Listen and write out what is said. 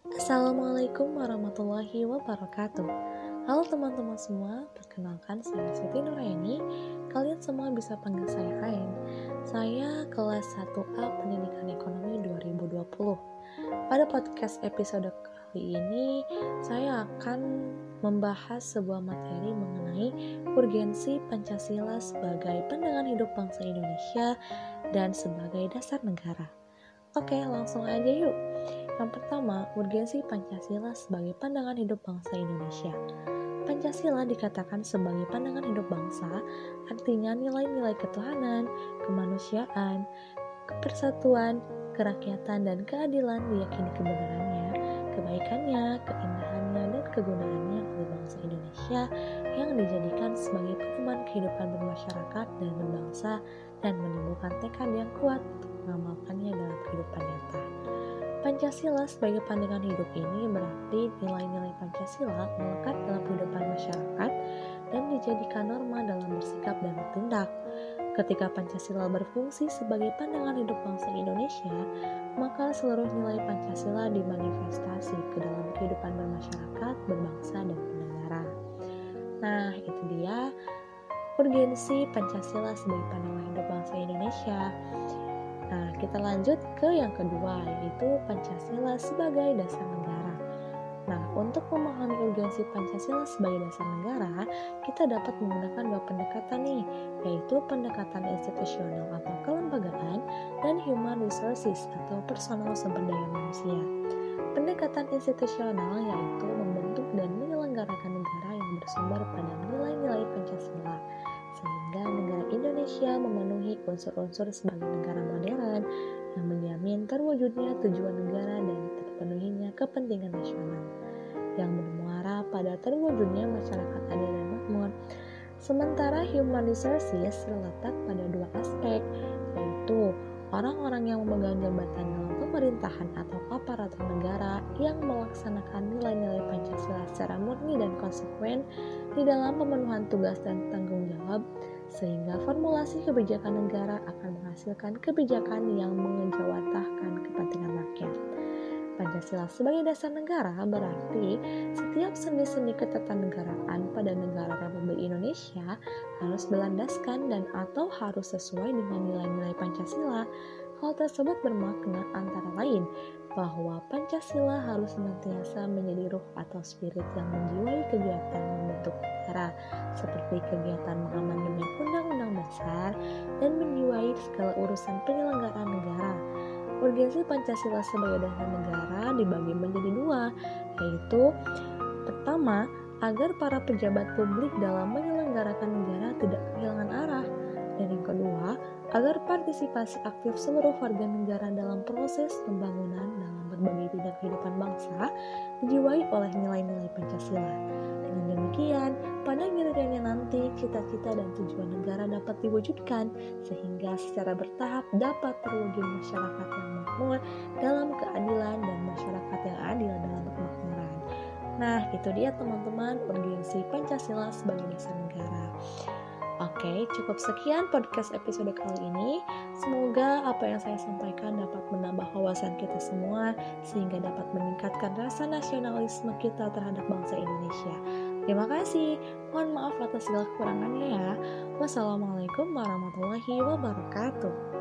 Assalamualaikum warahmatullahi wabarakatuh. Halo teman-teman semua, perkenalkan saya Siti Nuraini. Kalian semua bisa panggil saya Ain. Saya kelas 1A Pendidikan Ekonomi 2020. Pada podcast episode kali ini, saya akan membahas sebuah materi mengenai urgensi Pancasila sebagai pandangan hidup bangsa Indonesia dan sebagai dasar negara. Oke, langsung aja yuk. Yang pertama, urgensi Pancasila sebagai pandangan hidup bangsa Indonesia. Pancasila dikatakan sebagai pandangan hidup bangsa, artinya nilai-nilai ketuhanan, kemanusiaan, kepersatuan, kerakyatan, dan keadilan diyakini kebenarannya, kebaikannya, keindahannya, dan kegunaannya oleh bangsa Indonesia yang dijadikan sebagai pedoman kehidupan bermasyarakat dan berbangsa dan menimbulkan tekad yang kuat untuk mengamalkannya dalam kehidupan nyata. Pancasila sebagai pandangan hidup ini berarti nilai-nilai Pancasila melekat dalam kehidupan masyarakat dan dijadikan norma dalam bersikap dan bertindak. Ketika Pancasila berfungsi sebagai pandangan hidup bangsa Indonesia, maka seluruh nilai Pancasila dimanifestasi ke dalam kehidupan bermasyarakat, berbangsa, dan bernegara. Nah, itu dia urgensi Pancasila sebagai pandangan hidup bangsa Indonesia. Nah, kita lanjut ke yang kedua, yaitu Pancasila sebagai dasar negara. Nah, untuk memahami urgensi Pancasila sebagai dasar negara, kita dapat menggunakan dua pendekatan nih, yaitu pendekatan institusional atau kelembagaan dan human resources atau personal sumber daya manusia. Pendekatan institusional yaitu membentuk dan menyelenggarakan negara yang bersumber pada nilai-nilai Pancasila, sehingga negara Indonesia memenuhi unsur-unsur sebagai negara modern yang menjamin terwujudnya tujuan negara dan terpenuhinya kepentingan nasional yang bermuara pada terwujudnya masyarakat adil dan makmur. Sementara human resources terletak pada dua aspek, yaitu orang-orang yang memegang jabatan dalam pemerintahan atau aparatur negara yang melaksanakan nilai-nilai Pancasila secara murni dan konsekuen di dalam pemenuhan tugas dan tanggung jawab, sehingga formulasi kebijakan negara akan menghasilkan kebijakan yang mengejawantahkan kepentingan rakyat. Pancasila sebagai dasar negara berarti setiap sendi-sendi ketatanegaraan pada negara Republik Indonesia harus berlandaskan dan atau harus sesuai dengan nilai-nilai Pancasila. Hal tersebut bermakna antara lain bahwa Pancasila harus senantiasa menjadi ruh atau spirit yang menjiwai kegiatan membentuk negara, seperti kegiatan mengamandemen Undang-Undang Dasar dan menjiwai segala urusan penyelenggaraan negara. Urgensi Pancasila sebagai dasar negara dibagi menjadi dua, yaitu pertama, agar para pejabat publik dalam menyelenggarakan negara tidak kehilangan arah, dan yang kedua, agar partisipasi aktif seluruh warga negara dalam proses pembangunan dalam berbagai bidang kehidupan bangsa dijiwai oleh nilai-nilai Pancasila. Dengan demikian, pada gilirannya nanti cita-cita dan tujuan negara dapat diwujudkan sehingga secara bertahap dapat terwujud masyarakat yang makmur dalam keadilan dan masyarakat yang adil dalam kemakmuran. Nah, itu dia teman-teman urgensi Pancasila sebagai dasar negara. Oke, cukup sekian podcast episode kali ini. Semoga apa yang saya sampaikan dapat menambah wawasan kita semua sehingga dapat meningkatkan rasa nasionalisme kita terhadap bangsa Indonesia. Terima kasih. Mohon maaf atas segala kekurangannya ya. Wassalamualaikum warahmatullahi wabarakatuh.